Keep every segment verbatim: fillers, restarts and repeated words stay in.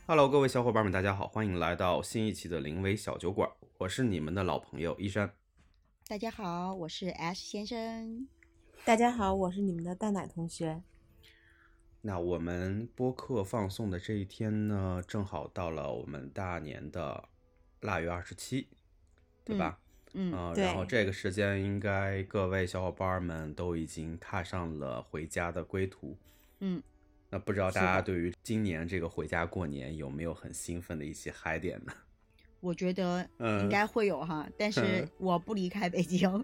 Hello，各位小伙伴们，大家好，欢迎来到新一期的临危小酒馆，我是你们的老朋友一山。 大家好，我是 Ash 先生。 大家好，我是你们的蛋奶同学。 那我们播客放送的这一天呢，正好到了我们大年的腊月二十七，对吧？ 嗯， 呃、 对然后这个时间应该各位小伙伴们都已经踏上了回家的归途。 嗯， 那不知道大家对于今年这个回家过年有没有很兴奋的一些嗨点呢？ 我觉得嗯应该会有哈，但是我不离开北京。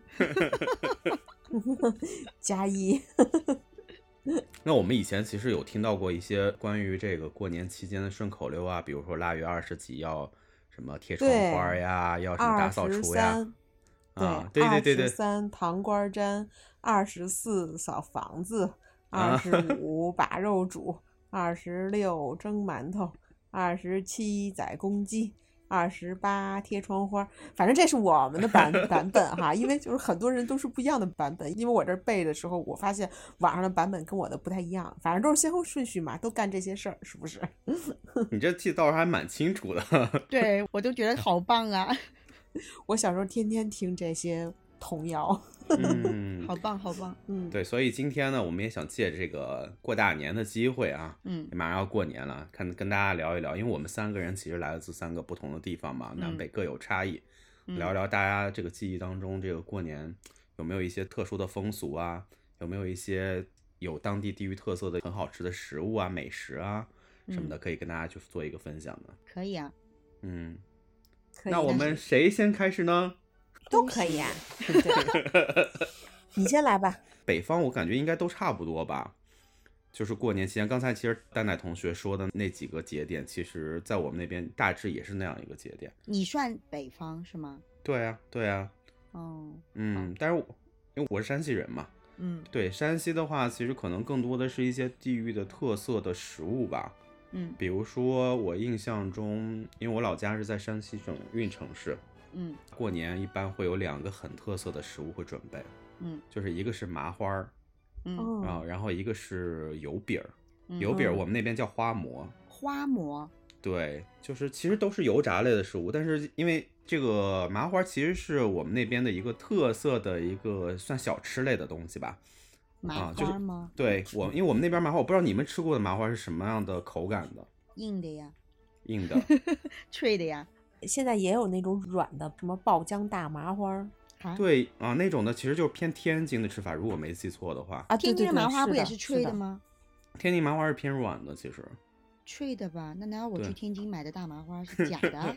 加一。 那我们以前其实有听到过一些关于这个过年期间的顺口溜啊，比如说腊月二十几要什么贴窗花呀，要什么大扫除呀。啊，对对对对， 二十三糖瓜粘，二十四扫房子，二十五把肉煮，二十六蒸馒头，二十七宰公鸡，二十八贴窗花。反正这是我们的版版本哈，因为就是很多人都是不一样的版本。因为我这背的时候，我发现网上的版本跟我的不太一样，反正都是先后顺序嘛，都干这些事儿，是不是？ 你这记得倒是还蛮清楚的。 对，我都觉得好棒啊。 我小时候天天听这些童谣。 嗯， 好棒好棒。 嗯， 对，所以今天呢，我们也想借这个过大年的机会啊， 嗯， 马上要过年了，看跟大家聊一聊，因为我们三个人其实来自三个不同的地方嘛，南北各有差异， 嗯、 聊聊大家这个记忆当中，这个过年有没有一些特殊的风俗啊，有没有一些有当地地域特色的很好吃的食物啊、美食啊什么的，可以跟大家去做一个分享的。 可以啊。 嗯， 可以。 那我们谁先开始呢？ 都可以啊，对不对？你先来吧。 北方我感觉应该都差不多吧，就是过年期间，刚才其实蛋奶同学说的那几个节点，其实在我们那边大致也是那样一个节点。 你算北方是吗？ 对啊，对啊。 哦， 嗯，但是我因为我是山西人嘛， 嗯， 对，山西的话，其实可能更多的是一些地域的特色的食物吧。 嗯， 比如说我印象中，因为我老家是在山西省运城市， 嗯， 过年一般会有两个很特色的食物会准备， 嗯， 就是一个是麻花， 嗯， 啊，然后一个是油饼儿， 嗯油饼儿我们那边叫花馍。 花馍。 对，就是其实都是油炸类的食物，但是因为这个麻花其实是我们那边的一个特色的一个算小吃类的东西吧。 麻就是花吗？ 对，我因为我们那边麻花，我不知道你们吃过的麻花是什么样的口感的。 硬的呀。 硬的。 脆的呀。 现在也有那种软的，什么爆浆大麻花。 啊， 对啊，那种的其实就是偏天津的吃法，如果没记错的话。 啊， 天津的麻花不也是是脆的吗？ 天津麻花是偏软的，其实。 脆的吧？那难道我去天津买的大麻花是假的？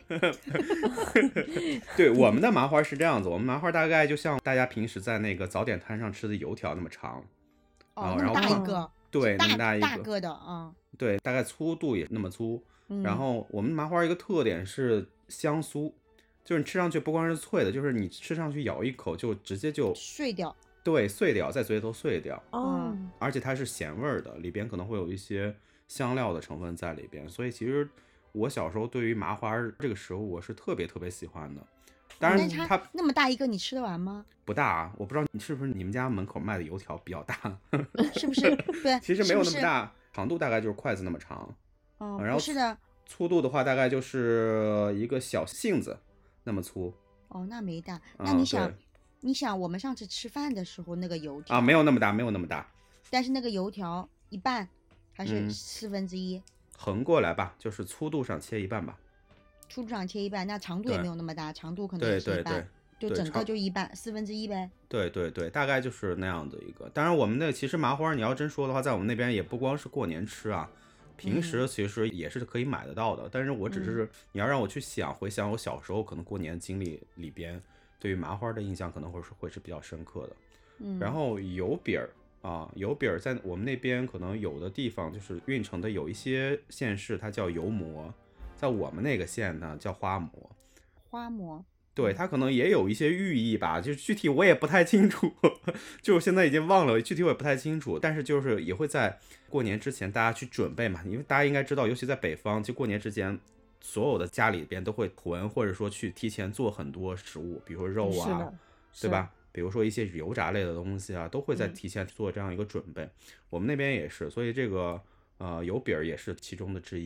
对，我们的麻花是这样子，我们麻花大概就像大家平时在那个早点摊上吃的油条那么长。 哦，那么大一个。 对，那么大大一个。 大个的啊。 对，大概粗度也那么粗。 嗯、 然后我们麻花一个特点是香酥，就是你吃上去不光是脆的，就是你吃上去咬一口就直接就碎掉。 对，碎掉，在嘴里头碎掉。 哦， 而且它是咸味儿的，里边可能会有一些香料的成分在里边，所以其实我小时候对于麻花这个食物我是特别特别喜欢的。当然它那么大一个你吃得完吗？ 不大啊，我不知道你是不是你们家门口卖的油条比较大。 是不是？对， 其实没有那么大，长度大概就是筷子那么长。 哦， 然后不是的， 粗度的话大概就是一个小杏子那么粗。 哦，那没大。那你想， 嗯、 你想我们上次吃饭的时候那个油条啊，没有那么大，没有那么大。 但是那个油条一半还是四分之一？ 嗯、横过来吧，就是粗度上切一半吧。 粗度上切一半，那长度也没有那么大，长度可能也是一半。 对对对， 就整个就一半，四分之一呗。 对对对，大概就是那样的一个。当然，我们那其实麻花，你要真说的话，在我们那边也不光是过年吃啊，平时其实也是可以买得到的。嗯、但是我只是、嗯、你要让我去想回想我小时候可能过年经历里边，对于麻花的印象可能会是会是比较深刻的。 嗯， 然后油饼儿啊，油饼儿在我们那边可能有的地方就是运城的有一些县市它叫油馍，在我们那个县呢叫花馍。 花馍。 对，它可能也有一些寓意吧，就具体我也不太清楚，就现在已经忘了，具体我也不太清楚。但是就是也会在过年之前大家去准备嘛，因为大家应该知道，尤其在北方，就过年之前，所有的家里边都会囤，或者说去提前做很多食物，比如说肉啊，对吧？比如说一些油炸类的东西啊，都会在提前做这样一个准备。嗯、我们那边也是，所以这个呃油饼也是其中的之一。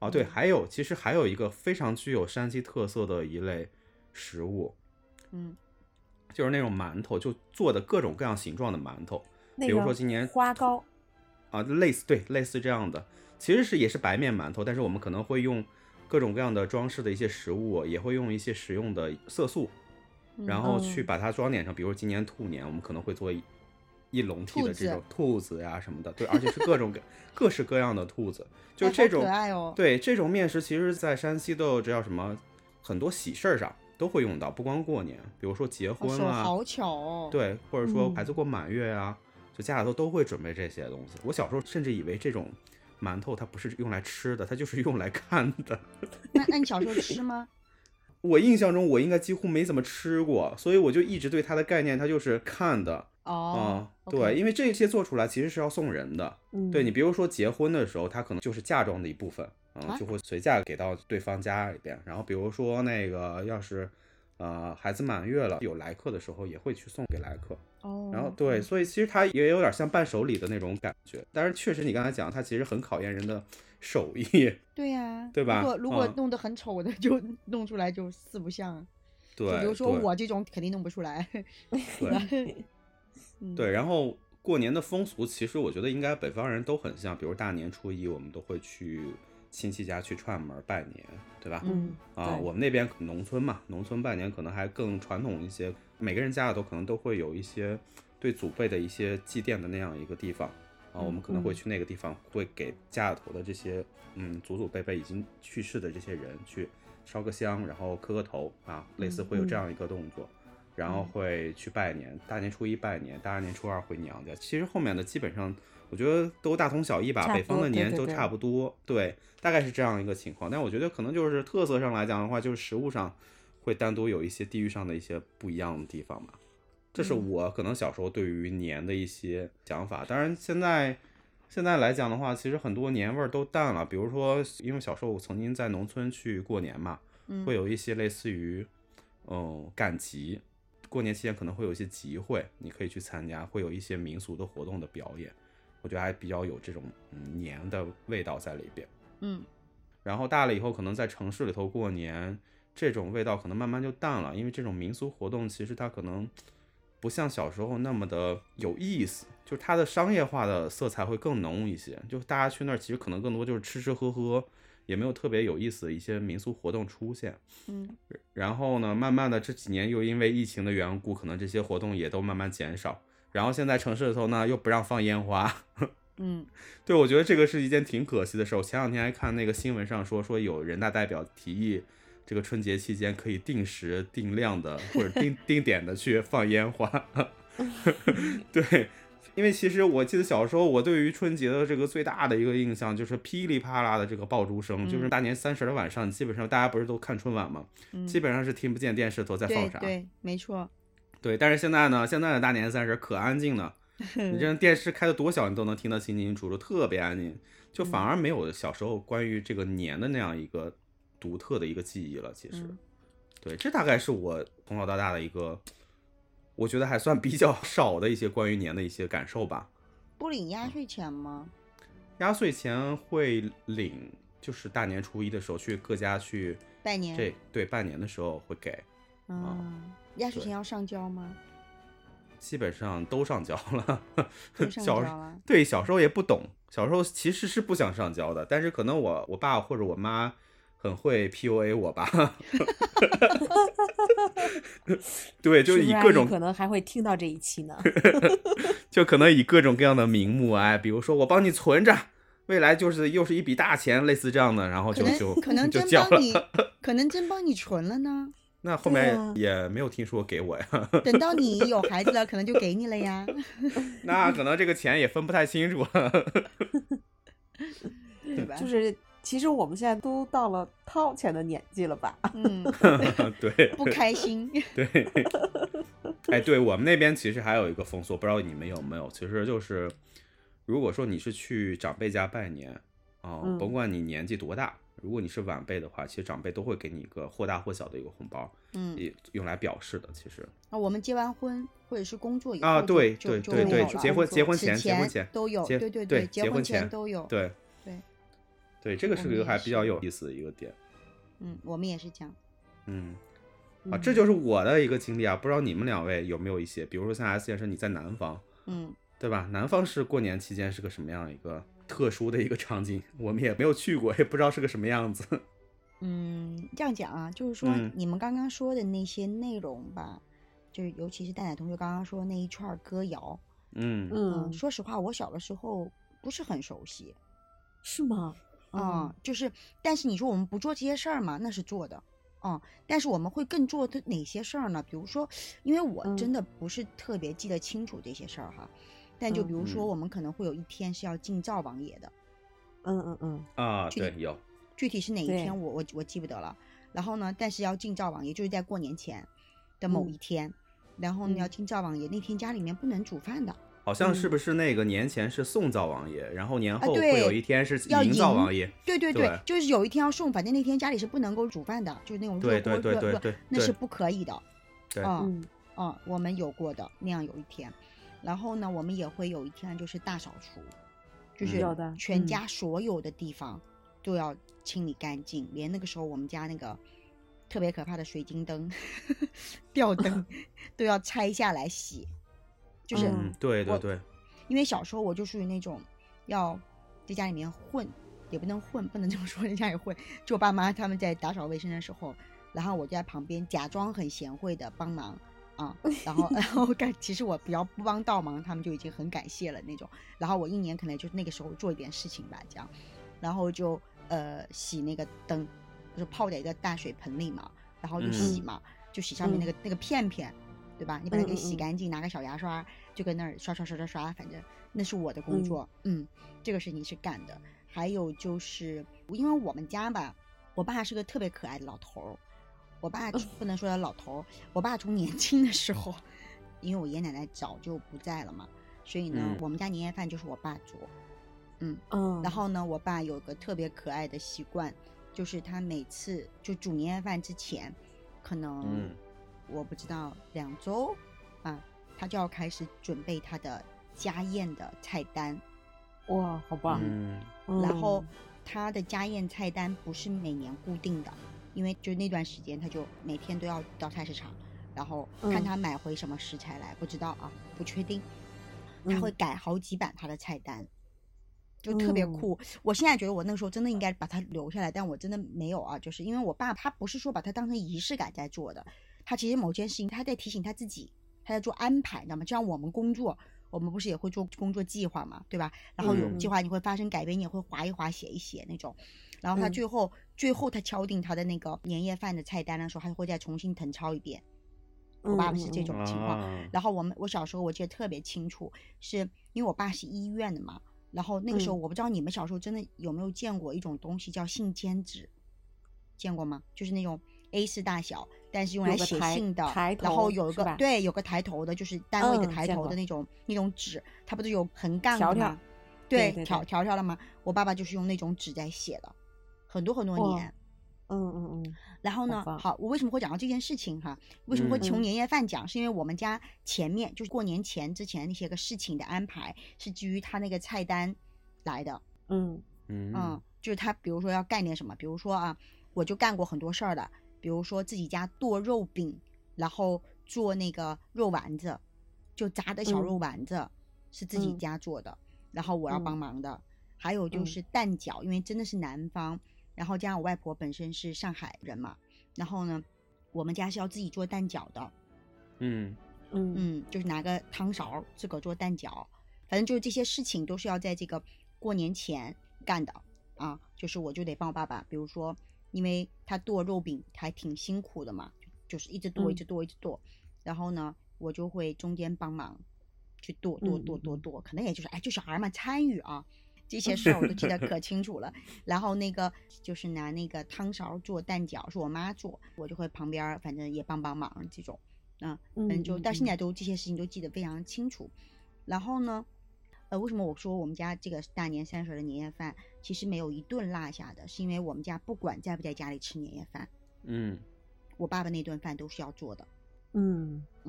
哦，对，还有其实还有一个非常具有山西特色的一类食物， 嗯， 就是那种馒头，就做的各种各样形状的馒头， 那比如说个今年花糕啊，类似对类似这样的，其实是也是白面馒头，但是我们可能会用各种各样的装饰的一些食物，也会用一些食用的色素，然后去把它装点成，比如今年兔年，我们可能会做一一笼屉的这种兔子呀什么的，对，而且是各种各各式各样的兔子，就是这种、 哎好可爱哦。 对，这种面食其实在山西都有这叫什么，很多喜事儿上都会用到，不光过年，比如说结婚手啊， 好巧哦。 对，或者说孩子过满月啊，就家里头都会准备这些东西。我小时候甚至以为这种馒头它不是用来吃的，它就是用来看的。 那那你小时候吃吗？ 我印象中我应该几乎没怎么吃过，所以我就一直对它的概念它就是看的。 哦、 嗯，对，因为这些做出来其实是要送人的。 嗯对，你比如说结婚的时候，它可能就是嫁妆的一部分，嗯， 啊就会随嫁给到对方家里边。然后比如说那个要是呃孩子满月了，有来客的时候也会去送给来客。 哦， 然后对，所以其实它也有点像伴手礼的那种感觉。但是确实你刚才讲，它其实很考验人的手艺。 对呀、 对吧如果如果嗯弄得很丑的，就弄出来就四不像。 对， 就比如说对我这种肯定弄不出来。 对嗯、 对，然后过年的风俗，其实我觉得应该北方人都很像，比如大年初一我们都会去亲戚家去串门拜年，对吧？ 嗯啊， 对我们那边农村嘛，农村拜年可能还更传统一些，每个人家里头可能都会有一些对祖辈的一些祭奠的那样一个地方啊，我们可能会去那个地方，会给家里头的这些嗯祖祖辈辈已经去世的这些人去烧个香，然后磕个头啊，类似会有这样一个动作。然后会去拜年，大年初一拜年，大年初二回娘家。其实后面的基本上，我觉得都大同小异吧， 差不多北方的年都对对对差不多，对，大概是这样一个情况。但我觉得可能就是特色上来讲的话，就是食物上会单独有一些地域上的一些不一样的地方吧。这是我可能小时候对于年的一些想法。当然现在现在来讲的话，其实很多年味儿都淡了。比如说，因为小时候我曾经在农村去过年嘛，会有一些类似于嗯赶集。过年期间可能会有一些集会，你可以去参加，会有一些民俗的活动的表演，我觉得还比较有这种嗯年的味道在里边。 嗯， 然后大了以后，可能在城市里头过年，这种味道可能慢慢就淡了，因为这种民俗活动其实它可能不像小时候那么的有意思，就是它的商业化的色彩会更浓一些，就大家去那儿其实可能更多就是吃吃喝喝，也没有特别有意思的一些民俗活动出现。 嗯， 然后呢，慢慢的这几年又因为疫情的缘故，可能这些活动也都慢慢减少。然后现在城市里头呢又不让放烟花。 嗯， 对，我觉得这个是一件挺可惜的事。我前两天还看那个新闻上说，说有人大代表提议，这个春节期间可以定时定量的或者定定点的去放烟花。对。因为其实我记得小时候，我对于春节的这个最大的一个印象就是噼里啪啦的这个爆竹声，嗯、就是大年三十的晚上，基本上大家不是都看春晚吗？嗯、基本上是听不见电视头在放啥。 对对，没错。 对，但是现在呢，现在的大年三十可安静了，你这电视开的多小，你都能听得清清楚楚，特别安静，就反而没有小时候关于这个年的那样一个独特的一个记忆了。其实，嗯、对，这大概是我从小到大的一个。我觉得还算比较少的一些关于年的一些感受吧。 不领压岁钱吗？ 压岁钱会领，就是大年初一的时候去各家去拜年。 这对拜年的时候会给。 嗯，嗯压岁钱要上交吗？ 基本上都上交了。 都上交了。 对，小时候也不懂，小时候其实是不想上交的，但是可能我我爸或者我妈。很会 P U A 我吧。对，就以各种可能还会听到这一期呢。 就可能以各种各样的名目，哎，比如说我帮你存着，未来就是又是一笔大钱，类似这样的，然后就就可能就交了， 可能真帮你存了呢。 那后面也没有听说给我呀。 等到你有孩子了，可能就给你了呀。 那可能这个钱也分不太清楚了。 对吧？ 就是。其实我们现在都到了掏钱的年纪了吧？ 嗯， 对， 不开心。 对，哎，对我们那边其实还有一个风俗，不知道你们有没有？其实就是，如果说你是去长辈家拜年啊，呃嗯、甭管你年纪多大，如果你是晚辈的话，其实长辈都会给你一个或大或小的一个红包，嗯，也用来表示的。其实啊，我们结完婚或者是工作以后啊，对对对对对，结婚结婚前结婚前都有，对对对， 结婚前都有， 对。 对，这个是一个还比较有意思的一个点。 嗯，我们也是这样。 嗯，啊，这就是我的一个经历啊，不知道你们两位有没有一些，比如说像 S 先生你在南方， 嗯， 对吧？南方是过年期间是个什么样一个特殊的一个场景？我们也没有去过，也不知道是个什么样子。 嗯，这样讲啊，就是说嗯你们刚刚说的那些内容吧，就是尤其是蛋奶同学刚刚说那一串歌谣， 嗯嗯、 嗯， 说实话，我小的时候不是很熟悉。 是吗？ 啊、 嗯就是，但是你说我们不做这些事儿嘛，那是做的，嗯，但是我们会更做的哪些事儿呢？比如说，因为我真的不是特别记得清楚这些事儿哈，但就比如说嗯我们可能会有一天是要进灶王爷的， 嗯嗯嗯啊， 具体对，有， 具体是哪一对天我我我记不得了。然后呢，但是要进灶王爷就是在过年前的某一天，然后呢嗯要进灶王爷那天家里面不能煮饭的， 好像是不是那个年前是送灶王爷，然后年后对会有一天是要迎灶迎王爷。 对对对就是有一天要送，反正那天家里是不能够煮饭的，就是那种热对对锅热热对对对，对那是不可以的。 对嗯嗯嗯，我们有过的那样有一天，然后呢，我们也会有一天就是大扫除，就是有的全嗯家所有的地方都要清理干净，连那个时候我们家那个特别可怕的水晶灯、吊灯都要拆下来洗，就是嗯，对对我对， 因为小时候我就属于那种要在家里面混，也不能混，不能这么说，在家里混。就我爸妈他们在打扫卫生的时候，然后我就在旁边假装很贤惠的帮忙啊，然后然后干，其实我比较不帮倒忙，他们就已经很感谢了那种。然后我一年可能就是那个时候做一点事情吧，这样，然后就呃洗那个灯，就是泡在一个大水盆里嘛，然后就洗嘛，就洗上面那个、那个片片。对吧？你把它给洗干净，拿个小牙刷就跟那儿刷刷刷刷刷，反正那是我的工作。嗯，嗯这个事情是干的。还有就是，因为我们家吧，我爸是个特别可爱的老头儿。我爸不能说他老头儿，我爸从年轻的时候，因为我爷爷奶奶早就不在了嘛，所以呢， 嗯我们家年夜饭就是我爸做。嗯嗯， 然后呢，我爸有个特别可爱的习惯，就是他每次就煮年夜饭之前，可能、 嗯我不知道两周啊，他就要开始准备他的家宴的菜单。 哇，好棒！ 嗯嗯然后他的家宴菜单不是每年固定的，因为就那段时间他就每天都要到菜市场，然后看他买回什么食材来，不知道啊，不确定。他会改好几版他的菜单，就特别酷。我现在觉得我那个时候真的应该把它留下来，但我真的没有啊，就是因为我爸他不是说把它当成仪式感在做的，他其实某件事情他在提醒他自己，他在做安排，你知道吗？就像我们工作，我们不是也会做工作计划嘛，对吧？然后有计划你会发生改变，你也会划一划写一写那种。然后他最后、嗯、最后他敲定他的那个年夜饭的菜单的时候，他会再重新誊抄一遍。我爸爸是这种情况。嗯嗯、然后我们我小时候我记得特别清楚，是因为我爸是医院的嘛。然后那个时候我不知道你们小时候真的有没有见过一种东西叫信笺纸，见过吗？就是那种 A 四大小，但是用来写信的，然后有一个对有个抬头的，就是单位的抬头的那种、嗯、那种纸，它不是有横杠的吗？ 条条对， 对对对条条条的吗？我爸爸就是用那种纸在写的，很多很多年。 嗯嗯嗯。 然后呢，好, 好，我为什么会讲到这件事情哈？为什么会从年夜饭讲？嗯、是因为我们家前面就是过年前之前那些个事情的安排是基于他那个菜单来的。 嗯嗯嗯，就是他比如说要干点什么，比如说啊，我就干过很多事儿的，比如说自己家剁肉饼，然后做那个肉丸子，就炸的小肉丸子、嗯、是自己家做的，嗯、然后我要帮忙的。嗯、还有就是蛋饺，因为真的是南方。然后加上我外婆本身是上海人嘛，然后呢，我们家是要自己做蛋饺的， 嗯嗯嗯，就是拿个汤勺自个做蛋饺，反正就是这些事情都是要在这个过年前干的啊。就是我就得帮我爸爸，比如说，因为他剁肉饼还挺辛苦的嘛，就是一直剁一直剁一直剁，嗯、然后呢，我就会中间帮忙去剁剁剁剁剁，可能也就是哎，就小孩嘛参与啊。这些事儿我都记得可清楚了。然后那个就是拿那个汤勺做蛋饺，是我妈做，我就会旁边反正也帮帮忙这种。啊，反正就到现在都这些事情都记得非常清楚。然后呢，呃，为什么我说我们家这个大年三十的年夜饭其实没有一顿落下的，是因为我们家不管在不在家里吃年夜饭， 嗯， 我爸爸那顿饭都是要做的。 嗯嗯，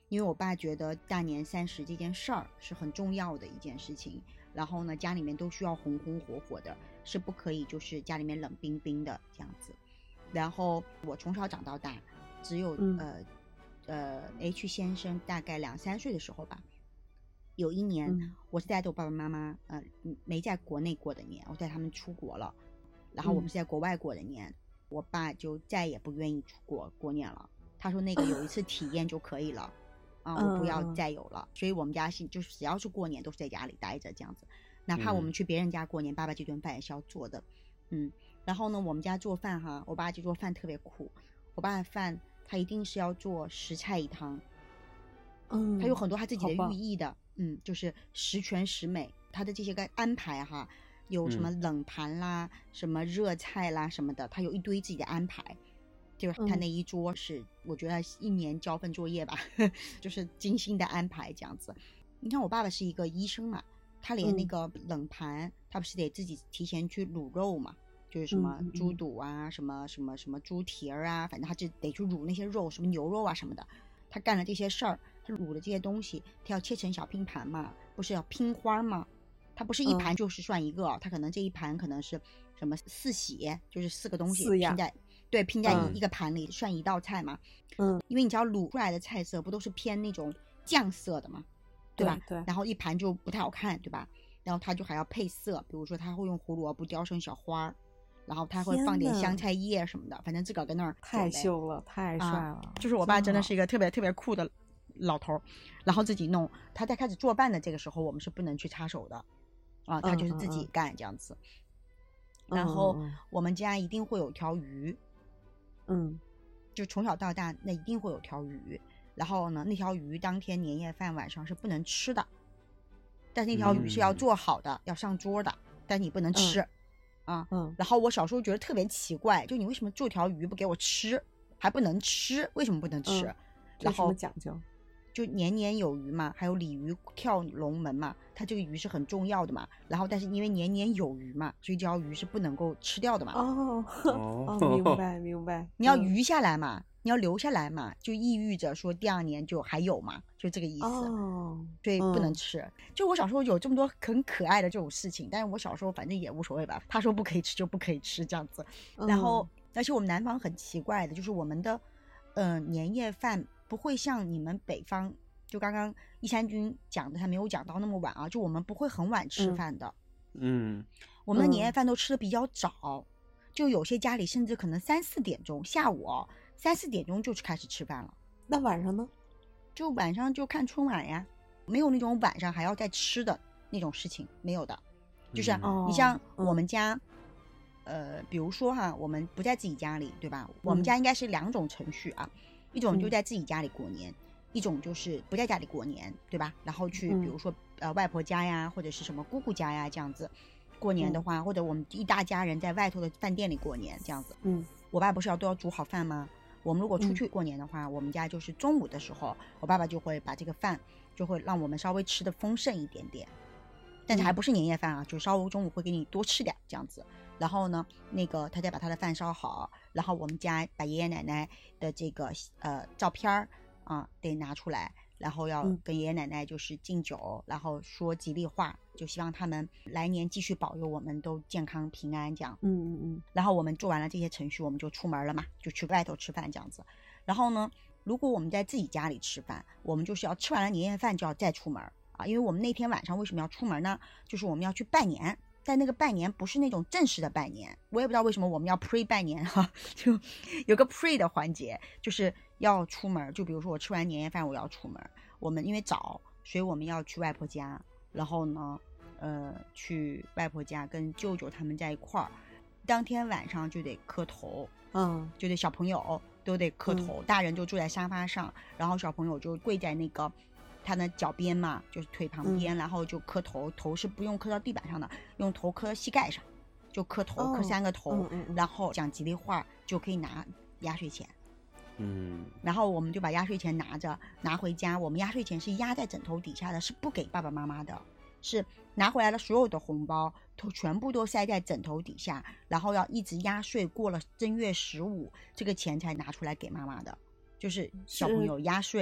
因为我爸觉得大年三十这件事儿是很重要的一件事情，然后呢家里面都需要红红火火的，是不可以就是家里面冷冰冰的这样子。然后我从小长到大，只有、嗯、呃呃 H 先生大概两三岁的时候吧，有一年、嗯、我是带着我爸爸妈妈呃没在国内过的年，我带他们出国了，然后我们是在国外过的年、嗯、我爸就再也不愿意出国过年了，他说那个有一次体验就可以了啊、呃，我不要再有了、嗯、所以我们家是就是只要是过年都是在家里待着这样子，哪怕我们去别人家过年、嗯、爸爸这顿饭也是要做的。嗯，然后呢我们家做饭哈，我爸就做饭特别苦，我爸的饭他一定是要做十菜一汤，嗯，他有很多他自己的寓意的，嗯，就是十全十美，他的这些个安排哈，有什么冷盘啦、嗯、什么热菜啦什么的，他有一堆自己的安排，就是他那一桌是、嗯、我觉得一年交份作业吧就是精心的安排这样子。你看我爸爸是一个医生嘛，他连那个冷盘、嗯、他不是得自己提前去卤肉嘛，就是什么猪肚啊、嗯、什么什么什么猪蹄儿啊，反正他就得去卤那些肉，什么牛肉啊什么的，他干了这些事儿，他卤的这些东西他要切成小拼盘嘛，不是要拼花嘛，他不是一盘就是算一个、嗯、他可能这一盘可能是什么四喜，就是四个东西拼在对拼在一个盘里、嗯、算一道菜嘛。嗯，因为你知道卤出来的菜色不都是偏那种酱色的嘛，对吧？ 对, 对，然后一盘就不太好看，对吧？然后他就还要配色，比如说他会用胡萝卜雕成小花，然后他会放点香菜叶什么的，反正自个儿跟那儿太秀了，太帅了、 啊、就是我爸真的是一个特别特别酷的老头，然后自己弄。他在开始做饭的这个时候我们是不能去插手的啊，他就是自己干这样子、嗯、然后我们家一定会有条鱼，嗯，就从小到大那一定会有条鱼，然后呢那条鱼当天年夜饭晚上是不能吃的，但是那条鱼是要做好的、嗯、要上桌的，但你不能吃、嗯、啊嗯。然后我小时候觉得特别奇怪，就你为什么做条鱼不给我吃，还不能吃，为什么不能吃、嗯、然后什么讲究， 就年年有余嘛，还有鲤鱼跳龙门嘛，它这个鱼是很重要的嘛，然后但是因为年年有余嘛，所以这条鱼是不能够吃掉的嘛。 哦哦，明白明白， 你要余下来嘛、嗯、你要留下来嘛，就意喻着说第二年就还有嘛，就这个意思。哦，所以不能吃、嗯、就我小时候有这么多很可爱的这种事情，但是我小时候反正也无所谓吧，他说不可以吃就不可以吃这样子、嗯、然后而且我们南方很奇怪的，就是我们的呃年夜饭不会像你们北方，就刚刚一山君讲的他没有讲到那么晚啊，就我们不会很晚吃饭的。嗯，我们的年夜饭都吃的比较早、嗯、就有些家里甚至可能三四点钟，下午哦三四点钟就开始吃饭了。 那晚上呢？ 就晚上就看春晚呀，没有那种晚上还要再吃的那种事情，没有的。就是你像我们家、嗯、呃，比如说哈，我们不在自己家里，对吧？我们家应该是两种程序啊，一种就在自己家里过年、嗯、一种就是不在家里过年，对吧？然后去比如说、嗯、呃外婆家呀，或者是什么姑姑家呀，这样子过年的话、嗯、或者我们一大家人在外头的饭店里过年这样子。嗯，我爸不是要都要煮好饭吗？我们如果出去过年的话、嗯、我们家就是中午的时候我爸爸就会把这个饭就会让我们稍微吃的丰盛一点点，但是还不是年夜饭啊、嗯、就稍微中午会给你多吃点这样子。然后呢那个他再把他的饭烧好，然后我们家把爷爷奶奶的这个呃照片啊得拿出来，然后要跟爷爷奶奶就是敬酒、嗯、然后说吉利话，就希望他们来年继续保佑我们都健康平安这样。嗯嗯嗯。然后我们做完了这些程序我们就出门了嘛，就去外头吃饭这样子。然后呢如果我们在自己家里吃饭，我们就是要吃完了年夜饭就要再出门啊，因为我们那天晚上为什么要出门呢？就是我们要去拜年，但那个拜年不是那种正式的拜年，我也不知道为什么我们要 pre 拜年哈，就有个 pre 的环节，就是要出门。就比如说我吃完年夜饭我要出门，我们因为早，所以我们要去外婆家，然后呢呃去外婆家跟舅舅他们在一块儿，当天晚上就得磕头，嗯，就得小朋友都得磕头、嗯、大人就坐在沙发上，然后小朋友就跪在那个他的脚边嘛，就是腿旁边、嗯、然后就磕头，头是不用磕到地板上的，用头磕膝盖上，就磕头、哦、磕三个头、嗯嗯嗯、然后讲吉利话就可以拿压岁钱。嗯，然后我们就把压岁钱拿着拿回家，我们压岁钱是压在枕头底下的，是不给爸爸妈妈的，是拿回来的所有的红包都全部都塞在枕头底下，然后要一直压岁过了正月十五这个钱才拿出来给妈妈的，就是小朋友压岁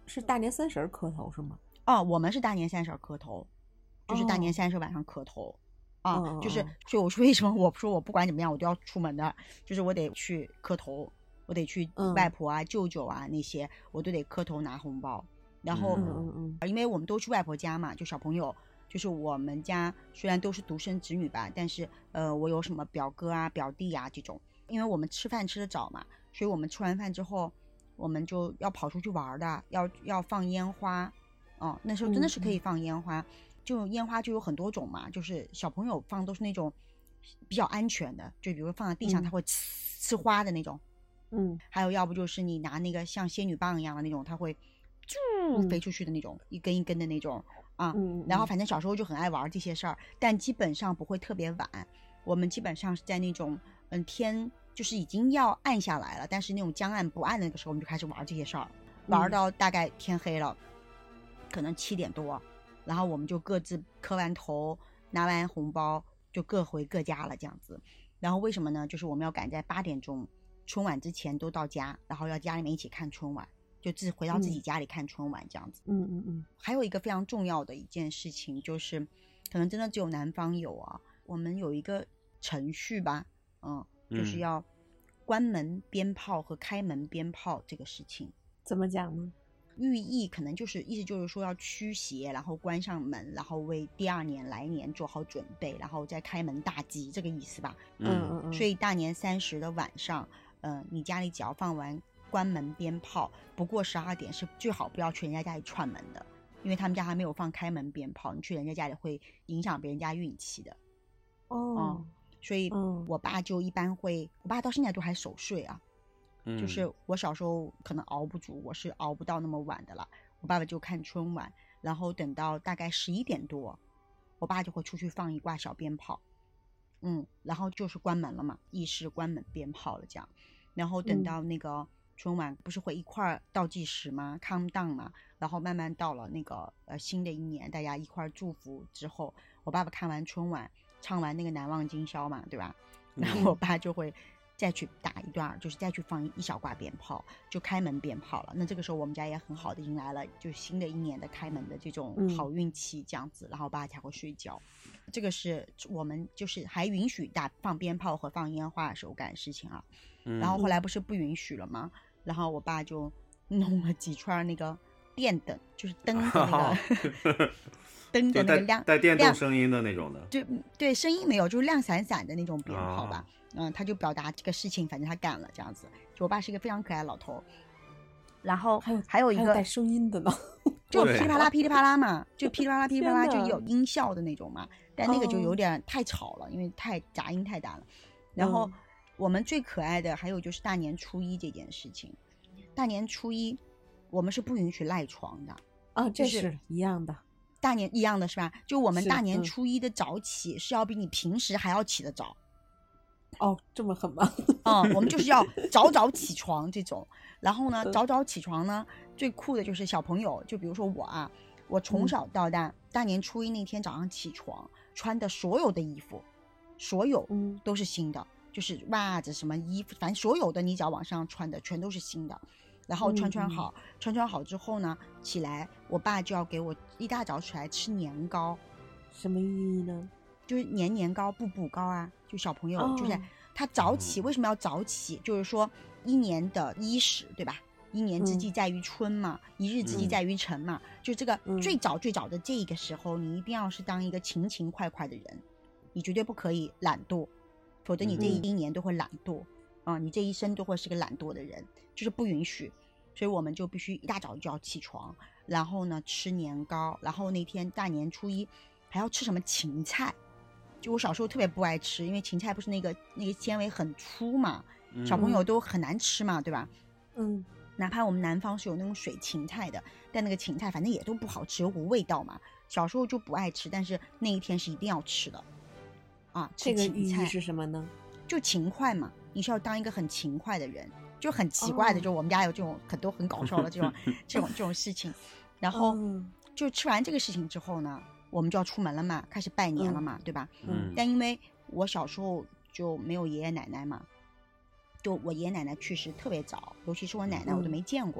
是大年三十磕头是吗？ 哦，我们是大年三十磕头，就是大年三十晚上磕头。啊， 哦、 就是，所以我说为什么我说我不管怎么样我都要出门的，就是我得去磕头，我得去外婆啊、嗯、舅舅啊那些，我都得磕头拿红包。然后， 嗯嗯嗯， 因为我们都去外婆家嘛，就小朋友，就是我们家虽然都是独生子女吧，但是呃，我有什么表哥啊、表弟啊这种，因为我们吃饭吃得早嘛，所以我们吃完饭之后，我们就要跑出去玩的，要要放烟花，哦、嗯，那时候真的是可以放烟花。嗯嗯，就烟花就有很多种嘛，就是小朋友放都是那种比较安全的，就比如放在地上它会呲花的那种， 嗯， 还有要不就是你拿那个像仙女棒一样的那种，它会啾飞出去的那种，一根一根的那种啊。 嗯， 然后反正小时候就很爱玩这些事儿，但基本上不会特别晚，我们基本上是在那种嗯天就是已经要暗下来了，但是那种将暗不暗的那个时候，我们就开始玩这些事儿，玩到大概天黑了，可能七点多。然后我们就各自磕完头，拿完红包，就各回各家了，这样子。然后为什么呢？就是我们要赶在八点钟春晚之前都到家，然后要家里面一起看春晚，就自回到自己家里看春晚这样子。 嗯嗯嗯。 还有一个非常重要的一件事情，就是可能真的只有南方有啊，我们有一个程序吧，嗯，就是要关门鞭炮和开门鞭炮这个事情。 怎么讲呢？ 寓意可能就是意思就是说要驱邪，然后关上门，然后为第二年来年做好准备，然后再开门大吉，这个意思吧。 嗯嗯嗯。 所以大年三十的晚上，呃，你家里只要放完关门鞭炮，不过十二点是最好不要去人家家里串门的，因为他们家还没有放开门鞭炮，你去人家家里会影响别人家运气的。 哦、 嗯，所以我爸就一般会，我爸到现在都还守岁啊。就是我小时候可能熬不住，我是熬不到那么晚的了。我爸爸就看春晚，然后等到大概十一点多，我爸就会出去放一挂小鞭炮，嗯，然后就是关门了嘛，意式关门鞭炮了这样。然后等到那个春晚不是会一块倒计时吗 count down 嘛，然后慢慢到了那个呃新的一年，大家一块祝福之后，我爸爸看完春晚，唱完那个难忘今宵嘛，对吧？然后我爸就会再去打一段，就是再去放一小挂鞭炮，就开门鞭炮了。那这个时候我们家也很好的迎来了就新的一年的开门的这种好运气这样子，嗯、然后我爸才会睡觉。这个是我们就是还允许打放鞭炮和放烟花的时候干的事情啊。嗯、然后后来不是不允许了吗？然后我爸就弄了几串那个电灯，就是灯的那个灯的那个亮带电动声音的那种的， 就对声音没有，就是亮闪闪的那种鞭炮吧。哦嗯，他就表达这个事情，反正他干了这样子。就我爸是一个非常可爱的老头，然后还有还有一个带声音的呢， 就噼里啪啦噼里啪啦嘛，就噼里啪啦噼里啪啦就有音效的那种嘛。但那个就有点太吵了，哦、因为太杂音太大了。然后我们最可爱的还有就是大年初一这件事情。大年初一我们是不允许赖床的啊，这是一样的。 大年一样的是吧？就我们大年初一的早起是要比你平时还要起得早。 哦，这么狠吗？ 嗯，我们就是要早早起床这种。然后呢，早早起床呢，最酷的就是小朋友，就比如说我啊，我从小到大，嗯、大年初一那天早上起床，穿的所有的衣服，所有都是新的，嗯、就是袜子什么衣服，反正所有的你只要往上穿的全都是新的。然后穿穿好，嗯、穿穿好之后呢，起来，我爸就要给我一大早起来吃年糕。 什么意义呢？ 就是年年糕步步高啊，就小朋友、哦、就是他早起，为什么要早起？就是说一年的伊始，对吧？一年之计在于春嘛，嗯、一日之计在于晨嘛，嗯、就这个最早最早的这个时候，你一定要是当一个勤勤快快的人，你绝对不可以懒惰，否则你这一年都会懒惰啊、嗯呃，你这一生都会是个懒惰的人，就是不允许。所以我们就必须一大早就要起床，然后呢吃年糕，然后那天大年初一还要吃什么芹菜。就我小时候特别不爱吃，因为芹菜不是那个那个纤维很粗嘛，小朋友都很难吃嘛，对吧？ 嗯， 哪怕我们南方是有那种水芹菜的，但那个芹菜反正也都不好吃，有股味道嘛。小时候就不爱吃，但是那一天是一定要吃的啊。 这个寓意是什么呢？ 就勤快嘛，你是要当一个很勤快的人，就很奇怪的，哦、就我们家有这种很多很搞笑的这种这种这种事情。然后、嗯、就吃完这个事情之后呢，我们就要出门了嘛，开始拜年了嘛，嗯、对吧？嗯。但因为我小时候就没有爷爷奶奶嘛，就我爷爷奶奶去世特别早，尤其是我奶奶我都没见过，嗯、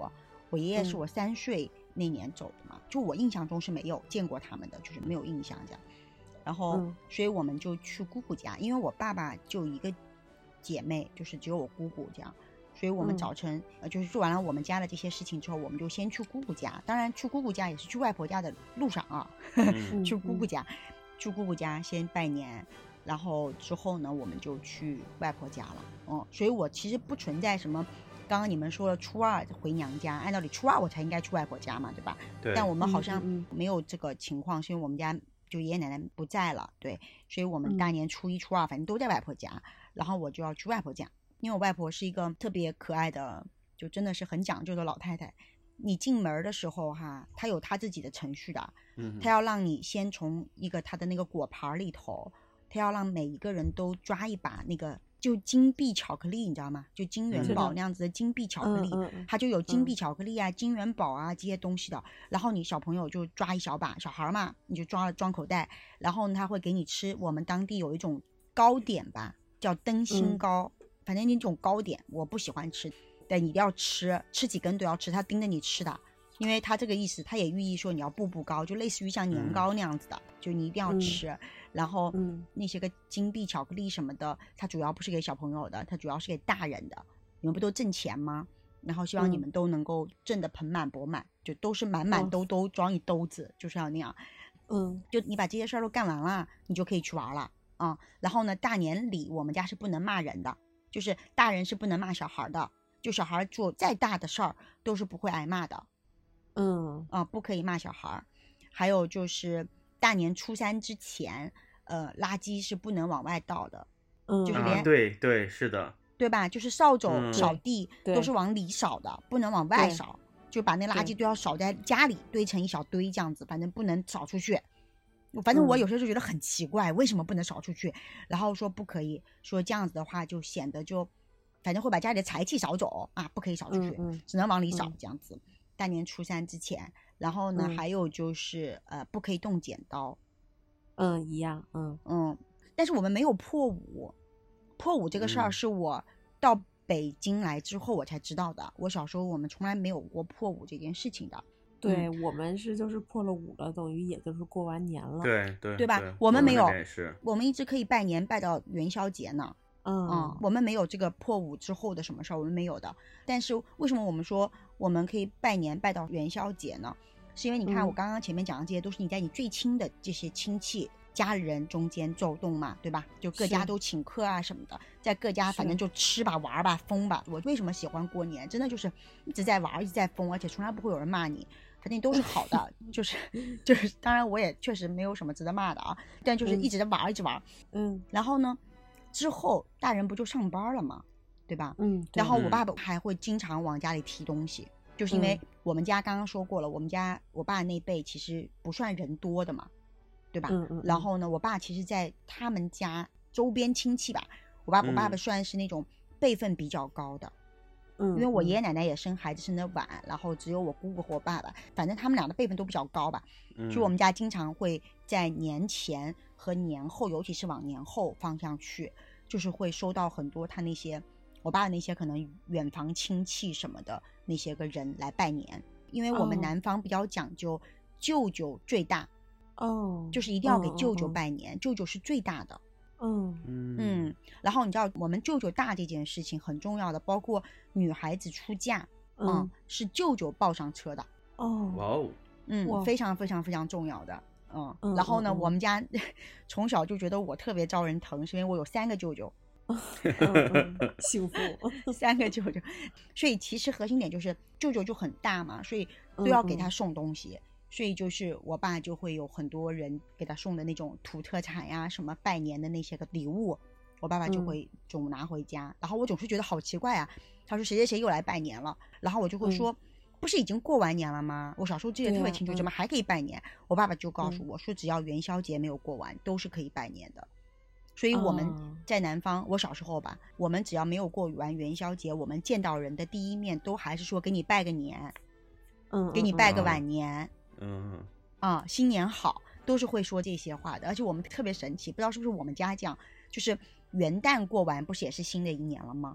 我爷爷是我三岁那年走的嘛，就我印象中是没有见过他们的，就是没有印象这样。然后、 嗯、 所以我们就去姑姑家，因为我爸爸就一个姐妹，就是只有我姑姑这样。所以我们早晨、嗯、呃，就是做完了我们家的这些事情之后，我们就先去姑姑家。当然去姑姑家也是去外婆家的路上啊， 嗯、 去姑姑家，去姑姑家先拜年，然后之后呢，我们就去外婆家了。嗯，所以我其实不存在什么，刚刚你们说了初二回娘家，按道理初二我才应该去外婆家嘛，对吧？ 对。 但我们好像没有这个情况，是因为我们家就爷爷奶奶不在了，对，所以我们大年初一、初二反正都在外婆家，然后我就要去外婆家。因为我外婆是一个特别可爱的，就真的是很讲究的老太太。你进门的时候哈，她有她自己的程序的， 嗯， 她要让你先从一个她的那个果盘里头，她要让每一个人都抓一把那个就金币巧克力，你知道吗？就金元宝那样子的金币巧克力， 嗯、 它就有金币巧克力啊、嗯、金元宝啊这些东西的。然后你小朋友就抓一小把，小孩嘛，你就抓了装口袋，然后呢他会给你吃我们当地有一种糕点吧，叫灯芯糕。嗯，反正那种糕点我不喜欢吃，但你一定要吃，吃几根都要吃，他盯着你吃的，因为他这个意思，他也寓意说你要步步高，就类似于像年糕那样子的，嗯、就你一定要吃。嗯、然后、嗯、那些个金币巧克力什么的，它主要不是给小朋友的，它主要是给大人的。你们不都挣钱吗？然后希望你们都能够挣得盆满钵满，就都是满满兜兜装一兜子，就是要那样。 嗯， 就你把这些事儿都干完了，你就可以去玩了啊、嗯。然后呢，大年里我们家是不能骂人的。就是大人是不能骂小孩的，就小孩做再大的事儿都是不会挨骂的， 嗯啊、呃，不可以骂小孩。还有就是大年初三之前，呃，垃圾是不能往外倒的， 嗯， 就是连、 啊、对对是的， 对吧？就是扫帚、 嗯、 扫地都是往里扫的，不能往外扫，就把那垃圾都要扫在家里堆成一小堆这样子，反正不能扫出去。反正我有时候就觉得很奇怪、嗯、为什么不能扫出去，然后说不可以，说这样子的话就显得就反正会把家里的财气扫走啊，不可以扫出去， 嗯嗯、 只能往里扫这样子、嗯、大年初三之前。然后呢、嗯、还有就是呃不可以动剪刀， 嗯一样，嗯嗯，但是我们没有破五，破五这个事儿是我到北京来之后我才知道的、嗯、我小时候我们从来没有过破五这件事情的。 对、嗯、我们是就是破了五了，等于也就是过完年了， 对对对吧？我们没有， 是我们一直可以拜年拜到元宵节呢。 嗯, 嗯，我们没有这个破五之后的什么事儿，我们没有的。但是为什么我们说我们可以拜年拜到元宵节呢？是因为你看我刚刚前面讲的这些都是你在你最亲的这些亲戚家人中间走动嘛，对吧？就各家都请客啊什么的，在各家反正就吃吧玩吧疯吧。我为什么喜欢过年？真的就是一直在玩一直在疯，而且从来不会有人骂你，反正都是好的。就是就是当然我也确实没有什么值得骂的啊，但就是一直在玩、嗯、一直玩。 嗯， 然后呢之后大人不就上班了吗，对吧？ 嗯， 然后我爸爸还会经常往家里提东西、嗯、就是因为我们家刚刚说过了，我们家我爸那辈其实不算人多的嘛，对吧？ 嗯嗯。 然后呢，我爸其实在他们家周边亲戚吧，我爸我爸爸算是那种辈分比较高的， 嗯， 因为我爷爷奶奶也生孩子生得晚，然后只有我姑姑和我爸爸，反正他们俩的辈分都比较高吧， 嗯， 所以我们家经常会在年前和年后，尤其是往年后方向去，就是会收到很多他那些我爸那些可能远房亲戚什么的那些个人来拜年，因为我们南方比较讲究舅舅最大， 哦， 就是一定要给舅舅拜年，哦、舅舅是最大的。 嗯嗯，然后你知道我们舅舅大这件事情很重要的，包括女孩子出嫁， 嗯， 嗯是舅舅抱上车的。 哦， 哇哦， 嗯，非常非常非常重要的。嗯， 嗯然后呢， 嗯我们家从小就觉得我特别招人疼，是因为我有三个舅舅。 嗯嗯、幸福三个舅舅，所以其实核心点就是舅舅就很大嘛，所以都要给他送东西，嗯嗯所以就是我爸就会有很多人给他送的那种土特产呀，什么拜年的那些个礼物，我爸爸就会总拿回家，嗯、然后我总是觉得好奇怪啊，他说谁谁谁又来拜年了，然后我就会说、嗯、不是已经过完年了吗？我小时候记得特别清楚，怎么还可以拜年？我爸爸就告诉我说，只要元宵节没有过完，都是可以拜年的。所以我们在南方、哦、我小时候吧，我们只要没有过完元宵节，我们见到人的第一面都还是说给你拜个年， 嗯， 给你拜个晚年， 嗯啊，新年好，都是会说这些话的。而且我们特别神奇，不知道是不是我们家这样，就是元旦过完不是也是新的一年了吗？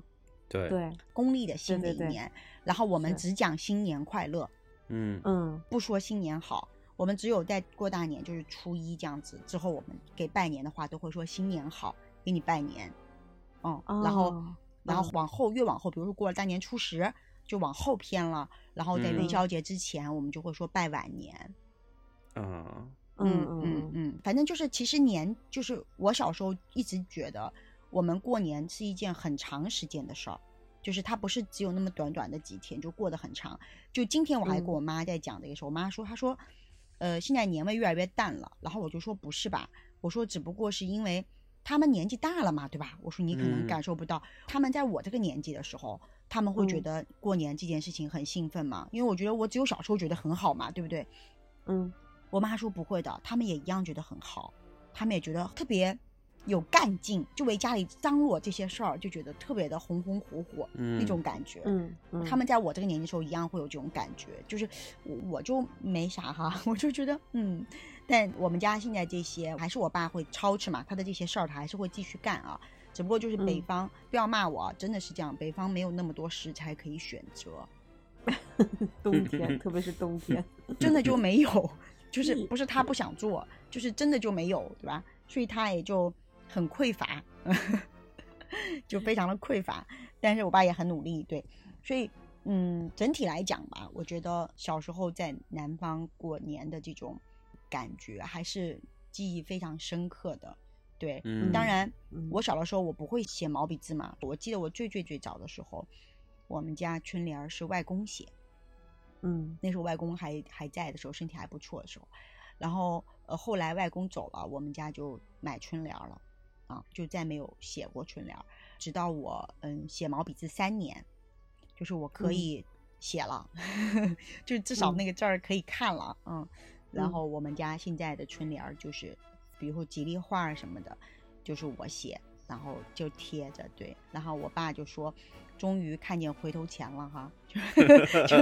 对对， 公历的新的一对对对年，然后我们是只讲新年快乐， 嗯嗯不说新年好。我们只有在过大年，就是初一这样子之后，我们给拜年的话都会说新年好，给你拜年。嗯，然后哦然后往后越往后，比如说过了大年初十就往后偏了，然后在元宵节之前，我们就会说拜晚年。 啊嗯嗯嗯嗯，反正就是其实年就是我小时候一直觉得我们过年是一件很长时间的事儿，就是它不是只有那么短短的几天就过得很长。就今天我还跟我妈在讲这个时候，我妈说她说呃现在年味越来越淡了，然后我就说不是吧，我说只不过是因为他们年纪大了嘛，对吧？我说你可能感受不到，他们在我这个年纪的时候，他们会觉得过年这件事情很兴奋嘛，因为我觉得我只有小时候觉得很好嘛，对不对？ 嗯， 我妈说不会的，他们也一样觉得很好，他们也觉得特别有干劲，就为家里张罗这些事儿就觉得特别的红红火火、 嗯那种感觉。 嗯嗯， 他们在我这个年纪的时候一样会有这种感觉，就是我我就没啥哈，我就觉得嗯，但我们家现在这些还是我爸会操持嘛，他的这些事儿他还是会继续干啊，只不过就是北方、嗯、不要骂我，真的是这样，北方没有那么多食材可以选择， 冬天特别是冬天真的就没有，就是不是他不想做，就是真的就没有，对吧？所以他也就很匮乏就非常的匮乏，但是我爸也很努力，对，所以嗯，整体来讲吧，我觉得小时候在南方过年的这种感觉还是记忆非常深刻的。对、嗯、当然我小的时候我不会写毛笔字嘛，我记得我最最最早的时候我们家春联是外公写， 嗯， 那时候外公还还在的时候，身体还不错的时候，然后呃后来外公走了，我们家就买春联了啊，就再没有写过春联，直到我嗯写毛笔字三年，就是我可以写了、嗯、就至少那个字儿可以看了， 嗯, 嗯，然后我们家现在的春联就是比如说吉利话什么的就是我写，然后就贴着，对，然后我爸就说终于看见回头钱了哈，就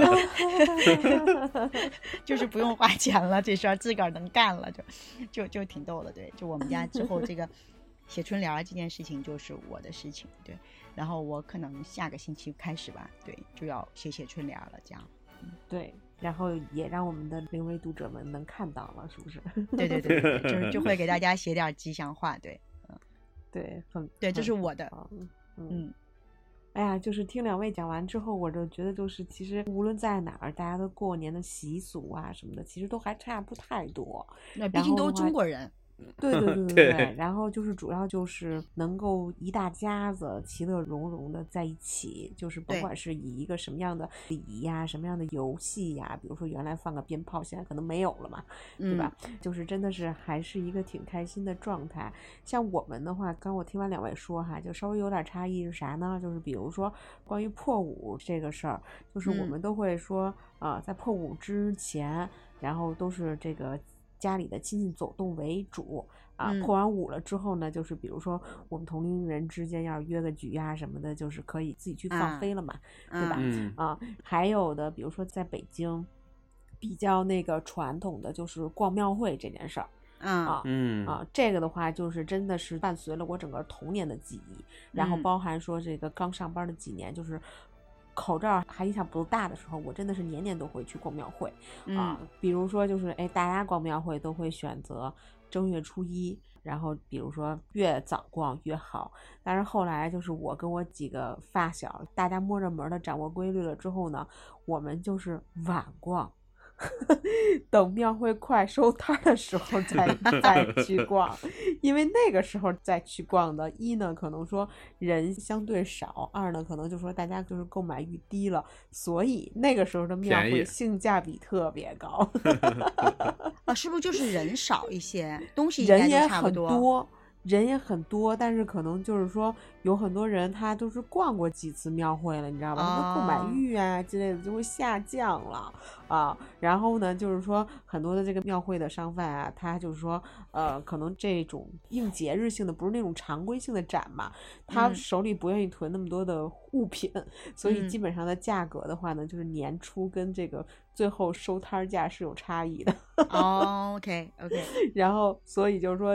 就是不用花钱了，这事儿自个儿能干了，就就就挺逗的，对，就我们家之后这个写春联这件事情就是我的事情，对，然后我可能下个星期开始吧，对，就要写写春联了，这样， 嗯，对，然后也让我们的灵媒读者们能看到了，是不是？ 对对对对，就是就会给大家写点吉祥话，对，嗯， 对，很对，这是我的， 嗯嗯。 嗯，哎呀，就是听两位讲完之后，我就觉得就是其实无论在哪儿，大家的过年的习俗啊什么的，其实都还差不太多。 那毕竟都是中国人。 对对对对对，然后就是主要就是能够一大家子其乐融融的在一起，就是甭管是以一个什么样的礼仪呀、什么样的游戏呀，比如说原来放个鞭炮，现在可能没有了嘛，对吧？嗯、就是真的是还是一个挺开心的状态。像我们的话，刚我听完两位说哈，就稍微有点差异是啥呢？就是比如说关于破五这个事儿，就是我们都会说啊、嗯呃，在破五之前，然后都是这个。家里的亲戚走动为主啊，破完五了之后呢，就是比如说我们同龄人之间要约个局啊什么的，就是可以自己去放飞了嘛， 啊、 对吧？ 嗯、 啊，还有的比如说在北京比较那个传统的就是逛庙会这件事儿。啊， 嗯啊，这个的话就是真的是伴随了我整个童年的记忆，然后包含说这个刚上班的几年，就是口罩还影响不大的时候，我真的是年年都会去逛庙会、 嗯、 啊。比如说就是哎，大家逛庙会都会选择正月初一，然后比如说越早逛越好。但是后来就是我跟我几个发小，大家摸着门的掌握规律了之后呢，我们就是晚逛。等庙会快收摊的时候再再去逛，因为那个时候再去逛的，一呢可能说人相对少，二呢可能就说大家就是购买欲低了，所以那个时候的庙会性价比特别高。 啊，是不是就是人少一些，东西应该都差不多， 人也很多。人也很多，但是可能就是说有很多人他都是逛过几次庙会了，你知道吧？他的购买欲啊之类的就会下降了啊。然后呢，就是说很多的这个庙会的商贩啊，他就是说呃，可能这种应节日性的，不是那种常规性的展嘛，他手里不愿意囤那么多的物品，嗯、所以基本上的价格的话呢，就是年初跟这个最后收摊价是有差异的。 哦 ，OK OK。 然后所以就是说。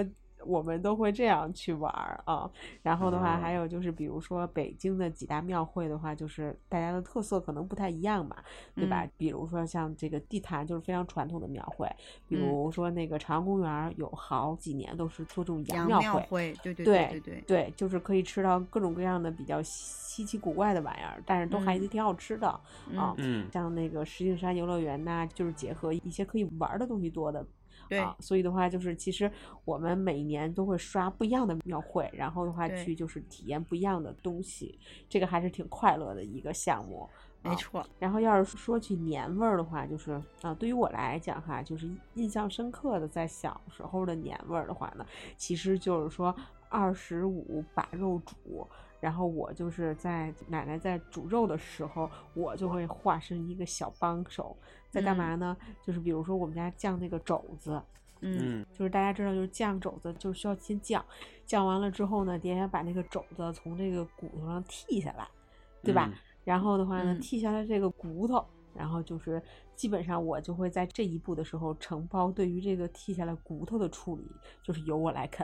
我们都会这样去玩啊。然后的话， 啊还有就是比如说北京的几大庙会的话，就是大家的特色可能不太一样嘛，对吧？ 嗯比如说像这个地坛就是非常传统的庙会，比如说那个朝阳公园有好几年都是做这种阳庙会， 庙会，对对对对对对，就是可以吃到各种各样的比较稀奇古怪的玩意儿，但是都还嗯挺好吃的、啊。 嗯像那个石景山游乐园呐，就是结合一些可以玩的东西多的。 对啊，所以的话就是，其实我们每年都会刷不一样的庙会，然后的话对去就是体验不一样的东西，这个还是挺快乐的一个项目。 没错。 然后要是说起年味儿的话，就是啊，对于我来讲哈，就是印象深刻的，在小时候的年味儿的话呢，其实就是说二十五把肉煮，然后我就是在奶奶在煮肉的时候，我就会化身一个小帮手，在干嘛呢？嗯、就是比如说我们家酱那个肘子。 嗯， 就是大家知道，就是酱肘子就需要先酱，酱完了之后呢，爹要把那个肘子从这个骨头上剔下来，对吧？ 嗯然后的话呢， 嗯剔下来这个骨头，然后就是基本上我就会在这一步的时候承包对于这个剔下来骨头的处理，就是由我来啃。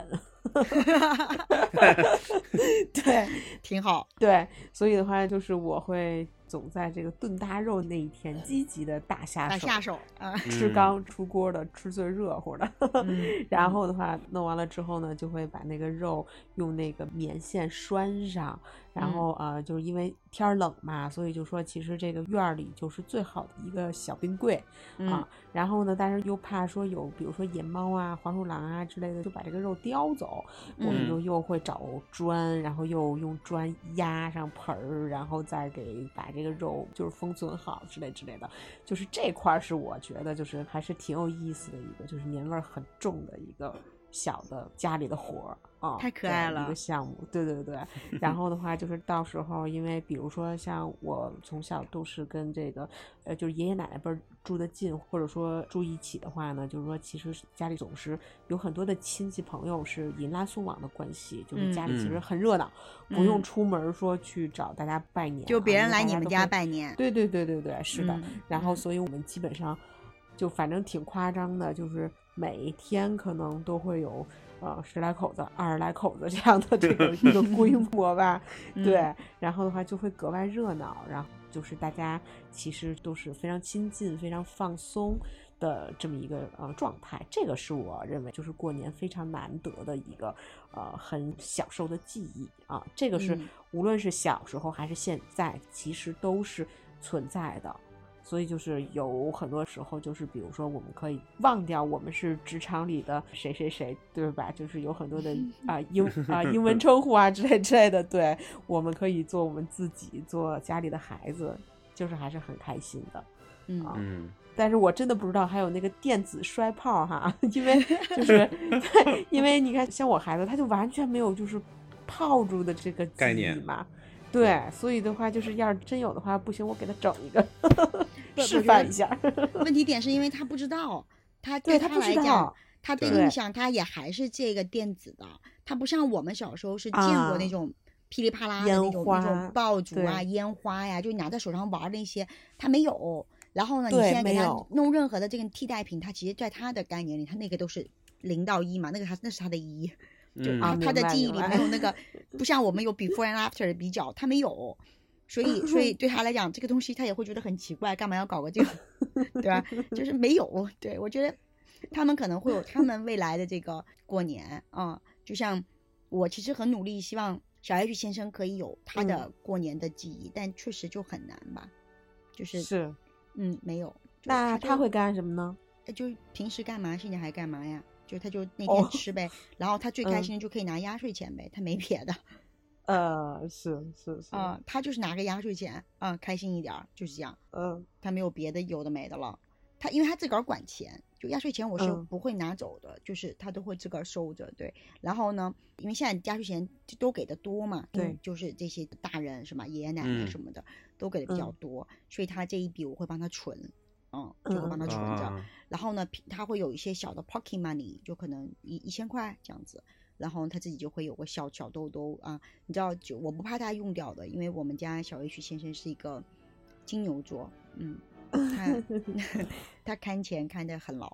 对， 挺好。 对，所以的话就是我会总在这个炖大肉那一天积极的打下手， 打下手啊， 吃刚出锅的，吃最热乎的。 嗯然后的话弄完了之后呢，就会把那个肉用那个棉线拴上，然后、 嗯、 呃，就是因为天儿冷嘛，所以就说其实这个院儿里就是最好的一个小冰柜、 嗯、 啊。然后呢，但是又怕说有比如说野猫啊、黄鼠狼啊之类的，就把这个肉叼走，我们就又会找砖，然后又用砖压上盆儿，然后再给把这个肉就是封存好之类之类的。就是这块是我觉得就是还是挺有意思的一个，就是年味儿很重的一个小的家里的活儿啊， 太可爱了一个项目。对对对。然后的话就是到时候因为比如说像我从小都是跟这个呃就是爷爷奶奶辈儿住得近，或者说住一起的话呢，就是说其实家里总是有很多的亲戚朋友是迎来送往的关系，就是家里其实很热闹、 嗯、 不用出门说去找大家拜年、啊、 就别人来你们家拜年。 对对对对对，是的、 嗯、 然后所以我们基本上就反正挺夸张的，就是每天可能都会有呃十来口子、二十来口子这样的这个一个规模吧。对、嗯，然后的话就会格外热闹，然后就是大家其实都是非常亲近、非常放松的这么一个呃状态。这个是我认为就是过年非常难得的一个呃很享受的记忆啊。这个是、嗯、无论是小时候还是现在，其实都是存在的。所以就是有很多时候就是比如说我们可以忘掉我们是职场里的谁谁谁，对吧？就是有很多的啊、呃、英啊、呃、英文称呼啊之类之类的，对，我们可以做我们自己，做家里的孩子，就是还是很开心的。 嗯、 啊、嗯，但是我真的不知道还有那个电子摔炮哈，因为就是因为你看像我孩子他就完全没有就是炮竹的这个概念嘛。对，所以的话就是要是真有的话不行，我给他整一个示范一下。 问题点是因为他不知道，他对他来讲，他的印象他也还是这个电子的，他不像我们小时候是见过那种噼里啪啦的那种、啊、那种爆竹啊、烟花呀，就拿在手上玩那些，他没有。然后呢，你现在给他弄任何的这个替代品，他其实在他的概念里，他那个都是零到一嘛，那个他那是他的一。就他、 嗯、 他的记忆里没有那个，不像我们有 before and after 的比较，他没有，所以所以对他来讲，这个东西他也会觉得很奇怪，干嘛要搞个这个，对吧？就是没有。对，我觉得他们可能会有他们未来的这个过年啊、嗯，就像我其实很努力，希望小 H 先生可以有他的过年的记忆，嗯、但确实就很难吧，就是是， 嗯，没有。 那他会干什么呢？ 就平时干嘛，现在还干嘛呀？就他就那天吃呗、哦、然后他最开心的就可以拿压岁钱呗、嗯、他没别的。 呃是是是啊、呃，他就是拿个压岁钱啊、呃，开心一点，就是这样。 嗯， 他没有别的有的没的了。他因为他自个儿管钱，就压岁钱我是不会拿走的、嗯、就是他都会自个儿收着。对，然后呢因为现在压岁钱都给的多嘛， 对， 就是这些大人什么爷爷奶奶什么的、嗯、都给的比较多、嗯、所以他这一笔我会帮他存，嗯，就会帮他存着、嗯、然后呢他会有一些小的 pocket money， 就可能一一千块这样子，然后他自己就会有个小小兜兜啊，你知道，就我不怕他用掉的，因为我们家小 H 先生是一个金牛座，嗯，他他看钱看得很牢，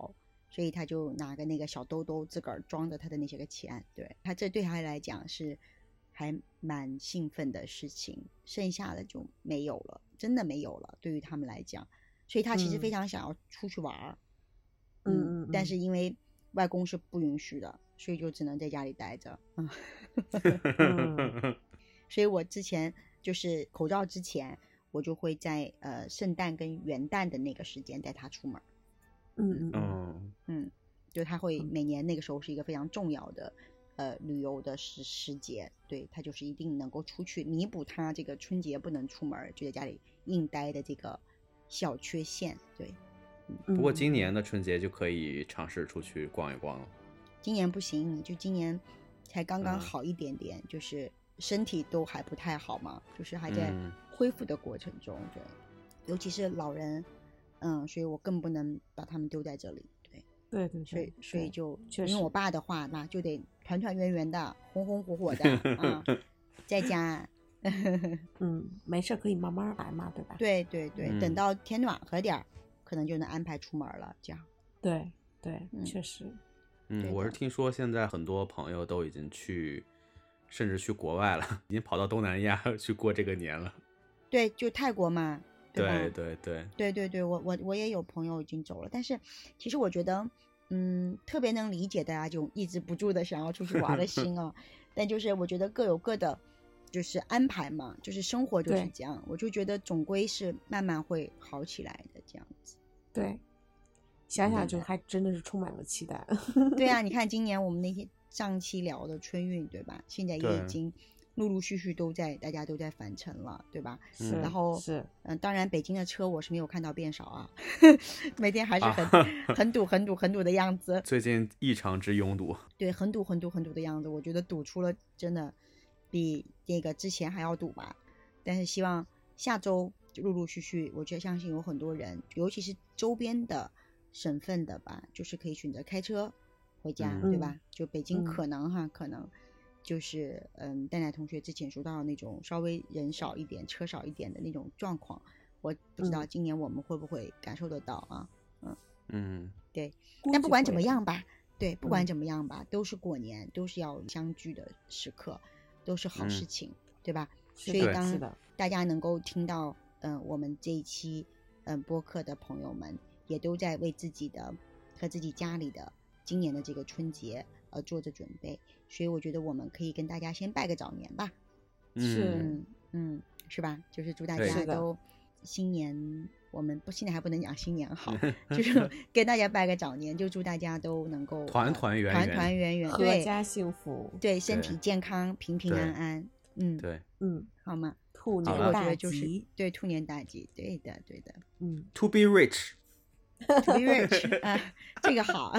所以他就拿个那个小兜兜自个儿装着他的那些个钱，对他这对他来讲是还蛮兴奋的事情，剩下的就没有了，真的没有了，对于他们来讲，所以他其实非常想要出去玩， 嗯嗯，嗯但是因为外公是不允许的，所以就只能在家里待着，嗯， 嗯所以我之前就是口罩之前，我就会在呃圣诞跟元旦的那个时间带他出门。 嗯嗯嗯嗯嗯，就他会嗯每年那个时候是一个非常重要的呃旅游的时时节，对他就是一定能够出去弥补他这个春节不能出门就在家里硬待的这个小缺陷。对， 嗯， 不过今年的春节就可以尝试出去逛一逛了。 今年不行，就今年才刚刚嗯好一点点，就是身体都还不太好嘛，就是还在嗯恢复的过程中，对，尤其是老人，嗯，所以我更不能把他们丢在这里，对， 对对对所以，所以对就确实因为我爸的话，那就得团团圆圆的、红红火火的啊，在家。 嗯，没事可以慢慢来嘛，对吧？ 对对对， 嗯等到天暖和点儿，可能就能安排出门了。这样， 对对， 嗯确实， 嗯， 对的我是听说现在很多朋友都已经去，甚至去国外了，已经跑到东南亚去过这个年了。 对，就泰国嘛，对吧？ 对对对， 对对对，我我我也有朋友已经走了，但是其实我觉得，嗯，特别能理解大家这种抑制不住的想要出去玩的心啊。但就是我觉得各有各的，就是安排嘛，就是生活就是对这样。我就觉得总归是慢慢会好起来的这样子。 对，想想对的就还真的是充满了期待。 对啊，你看今年我们那天上期聊的春运，对吧？现在也对已经陆陆续续都在大家都在返程了，对吧？ 是， 然后是， 嗯，当然北京的车我是没有看到变少啊，每天还是很、 啊很堵很堵很堵的样子。 最近异常之拥堵。 对，很堵很堵很堵的样子，我觉得堵出了真的比那个之前还要堵吧。但是希望下周就陆陆续续，我觉得相信有很多人，尤其是周边的省份的吧，就是可以选择开车回家， 嗯对吧？就北京嗯可能哈，可能就是嗯，戴奶同学之前说到那种稍微人少一点、车少一点的那种状况，我不知道嗯今年我们会不会感受得到啊？ 嗯对， 估计但不管怎么会样吧，对，不管嗯怎么样吧，都是过年，都是要相聚的时刻，都是好事嗯情，对吧？ 是的， 所以当是的， 大家能够听到，嗯、我们这一期嗯、播客的朋友们，也都在为自己的和自己家里的今年的这个春节呃做着准备，所以我觉得我们可以跟大家先拜个早年吧， 是嗯， 嗯嗯，是吧？就是祝大对是的家都新年，我们不现在还不能讲新年好，就是跟大家拜个早年，就祝大家都能够团呃团团圆圆团圆圆， 阖对家幸福。 对，身对体健康，平平对安安，嗯， 对嗯， 好吗？ 兔所以我觉年大得就是吉。 对兔年大吉，对的对的嗯， ，To be rich。 ，To be rich 啊，这个好，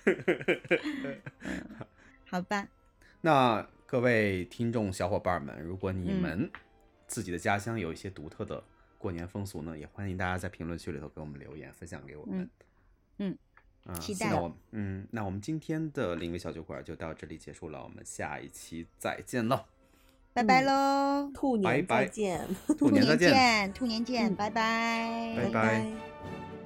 嗯，好吧， 那各位听众小伙伴们，如果你嗯们自己的家乡有一些独特的过年风俗呢，也欢迎大家在评论区里头给我们留言，分享给我们。 嗯啊， 期待那我嗯，那我们今天的灵味小酒馆就到这里结束了，我们下一期再见喽， 拜拜喽， 兔年拜拜再见， 兔年兔年再见， 见，兔年见， 嗯拜拜， 拜拜拜。